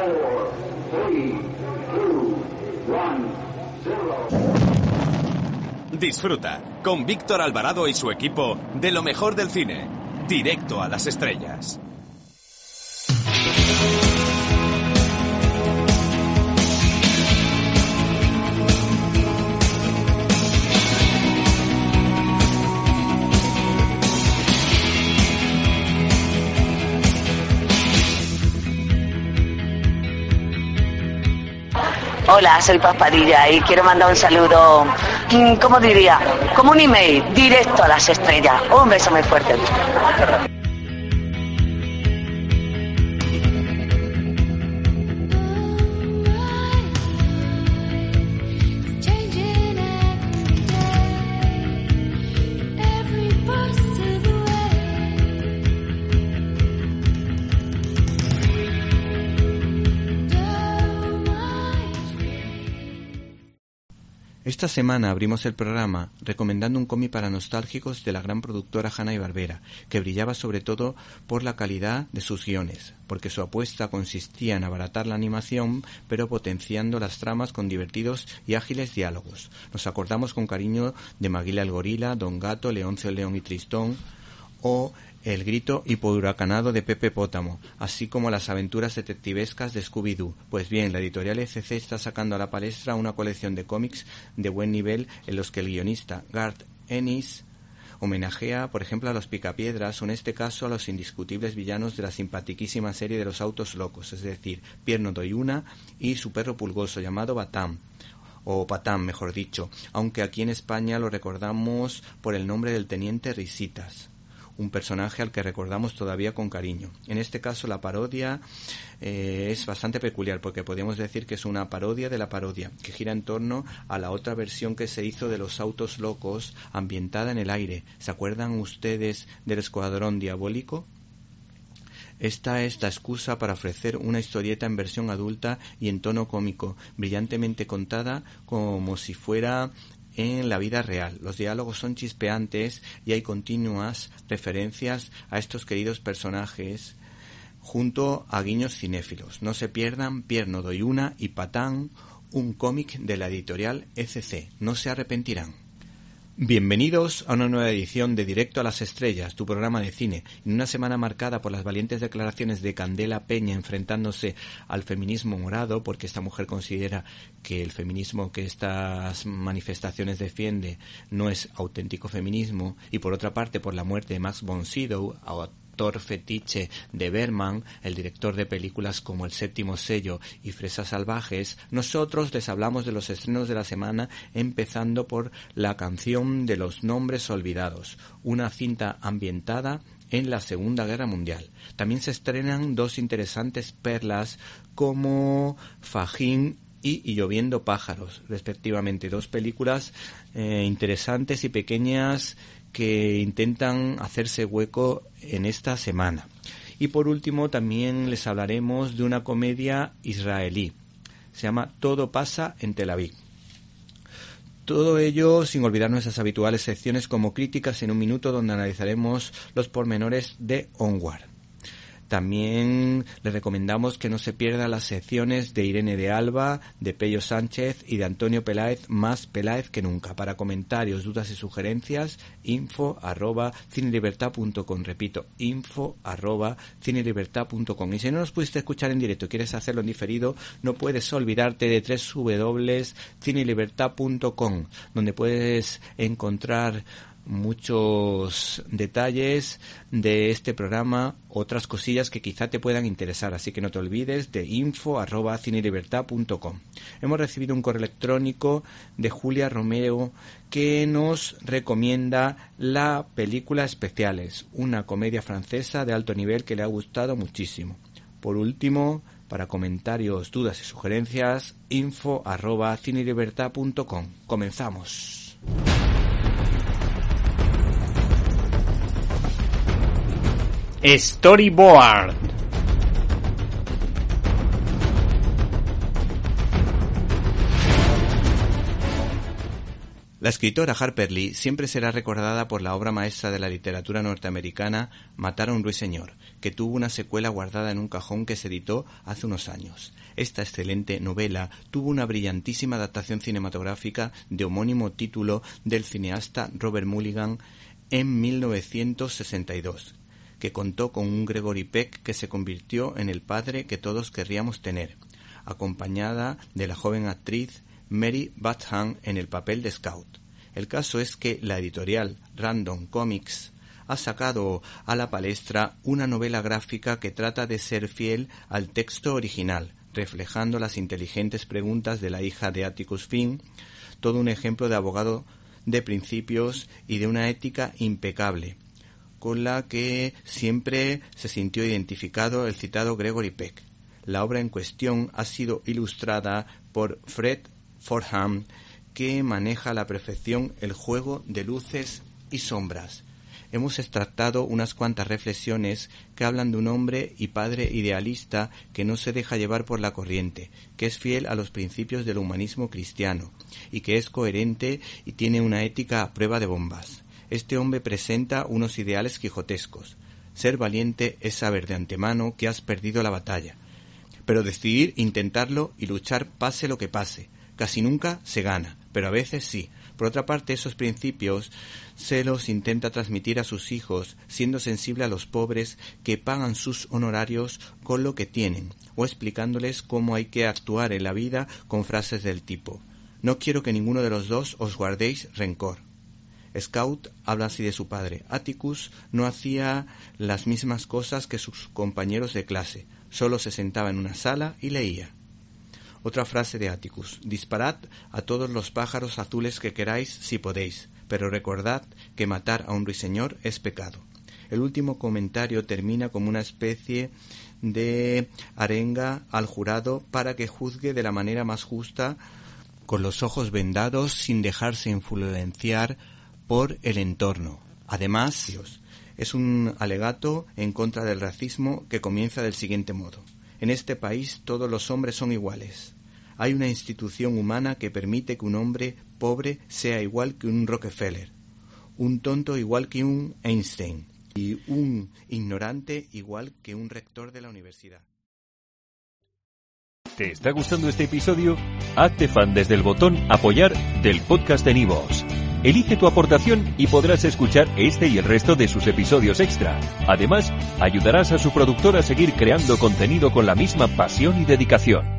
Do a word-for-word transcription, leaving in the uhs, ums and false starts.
four, three, two, one, zero. Disfruta con Víctor Alvarado y su equipo de lo mejor del cine. Directo a las estrellas. Hola, soy Paz Padilla y quiero mandar un saludo, ¿cómo diría? Como un email, directo a las estrellas. Un beso muy fuerte. Esta semana abrimos el programa recomendando un cómic para nostálgicos de la gran productora Hanna-Barbera, que brillaba sobre todo por la calidad de sus guiones, porque su apuesta consistía en abaratar la animación, pero potenciando las tramas con divertidos y ágiles diálogos. Nos acordamos con cariño de Maguila el Gorila, Don Gato, Leoncio el León y Tristón, o El grito hipohuracanado de Pepe Pótamo, así como las aventuras detectivescas de Scooby-Doo. Pues bien, la editorial E C C está sacando a la palestra una colección de cómics de buen nivel en los que el guionista Garth Ennis homenajea, por ejemplo, a los Picapiedras, o en este caso a los indiscutibles villanos de la simpatiquísima serie de los autos locos, es decir, Pierno Doyuna y su perro pulgoso llamado Batán, o Patán, mejor dicho, aunque aquí en España lo recordamos por el nombre del Teniente Risitas, un personaje al que recordamos todavía con cariño. En este caso la parodia eh, es bastante peculiar, porque podríamos decir que es una parodia de la parodia, que gira en torno a la otra versión que se hizo de Los Autos Locos, ambientada en el aire. ¿Se acuerdan ustedes del Escuadrón Diabólico? Esta es la excusa para ofrecer una historieta en versión adulta y en tono cómico, brillantemente contada como si fuera en la vida real. Los diálogos son chispeantes y hay continuas referencias a estos queridos personajes junto a guiños cinéfilos. No se pierdan Pierno Doyuna y Patán, un cómic de la editorial E C C. No se arrepentirán. Bienvenidos a una nueva edición de Directo a las Estrellas, tu programa de cine. En una semana marcada por las valientes declaraciones de Candela Peña enfrentándose al feminismo morado, porque esta mujer considera que el feminismo que estas manifestaciones defiende no es auténtico feminismo, y por otra parte por la muerte de Max von Sydow, autor fetiche de Bergman, el director de películas como El Séptimo Sello y Fresas Salvajes. Nosotros les hablamos de los estrenos de la semana, empezando por La canción de los nombres olvidados, una cinta ambientada en la Segunda Guerra Mundial. También se estrenan dos interesantes perlas como Fajín y, y Lloviendo pájaros, respectivamente, dos películas eh, interesantes y pequeñas que intentan hacerse hueco en esta semana. Y por último también les hablaremos de una comedia israelí. Se llama Todo pasa en Tel Aviv. Todo ello sin olvidar nuestras habituales secciones como Críticas en un minuto, donde analizaremos los pormenores de Onward. También les recomendamos que no se pierdan las secciones de Irene de Alba, de Pello Sánchez y de Antonio Peláez, más Peláez que nunca. Para comentarios, dudas y sugerencias, info arroba cinelibertad punto com. Repito, info arroba cinelibertad punto com. Y si no nos pudiste escuchar en directo y quieres hacerlo en diferido, no puedes olvidarte de doble u doble u doble u punto cinelibertad punto com, donde puedes encontrar muchos detalles de este programa, otras cosillas que quizá te puedan interesar, así que no te olvides de info arroba cinelibertad punto com. Hemos recibido un correo electrónico de Julia Romeo que nos recomienda la película Especiales, una comedia francesa de alto nivel que le ha gustado muchísimo. Por último, para comentarios, dudas y sugerencias, info arroba cinelibertad punto com. Comenzamos. Storyboard. La escritora Harper Lee siempre será recordada por la obra maestra de la literatura norteamericana Matar a un ruiseñor, que tuvo una secuela guardada en un cajón que se editó hace unos años. Esta excelente novela tuvo una brillantísima adaptación cinematográfica de homónimo título del cineasta Robert Mulligan en mil novecientos sesenta y dos, que contó con un Gregory Peck que se convirtió en el padre que todos querríamos tener, acompañada de la joven actriz Mary Badham en el papel de Scout. El caso es que la editorial Random Comics ha sacado a la palestra una novela gráfica que trata de ser fiel al texto original, reflejando las inteligentes preguntas de la hija de Atticus Finch, todo un ejemplo de abogado de principios y de una ética impecable, con la que siempre se sintió identificado el citado Gregory Peck. La obra en cuestión ha sido ilustrada por Fred Fordham, que maneja a la perfección el juego de luces y sombras. Hemos extractado unas cuantas reflexiones que hablan de un hombre y padre idealista que no se deja llevar por la corriente, que es fiel a los principios del humanismo cristiano y que es coherente y tiene una ética a prueba de bombas. Este hombre presenta unos ideales quijotescos. Ser valiente es saber de antemano que has perdido la batalla, pero decidir intentarlo y luchar pase lo que pase. Casi nunca se gana, pero a veces sí. Por otra parte, esos principios se los intenta transmitir a sus hijos, siendo sensible a los pobres que pagan sus honorarios con lo que tienen, o explicándoles cómo hay que actuar en la vida con frases del tipo: no quiero que ninguno de los dos os guardéis rencor. Scout habla así de su padre. Atticus no hacía las mismas cosas que sus compañeros de clase, solo se sentaba en una sala y leía. Otra frase de Atticus: disparad a todos los pájaros azules que queráis si podéis, pero recordad que matar a un ruiseñor es pecado. El último comentario termina como una especie de arenga al jurado para que juzgue de la manera más justa, con los ojos vendados, sin dejarse influenciar por el entorno. Además, es un alegato en contra del racismo que comienza del siguiente modo: en este país todos los hombres son iguales. Hay una institución humana que permite que un hombre pobre sea igual que un Rockefeller, un tonto igual que un Einstein y un ignorante igual que un rector de la universidad. ¿Te está gustando este episodio? Hazte fan desde el botón Apoyar del podcast de Nivos. Elige tu aportación y podrás escuchar este y el resto de sus episodios extra. Además, ayudarás a su productor a seguir creando contenido con la misma pasión y dedicación.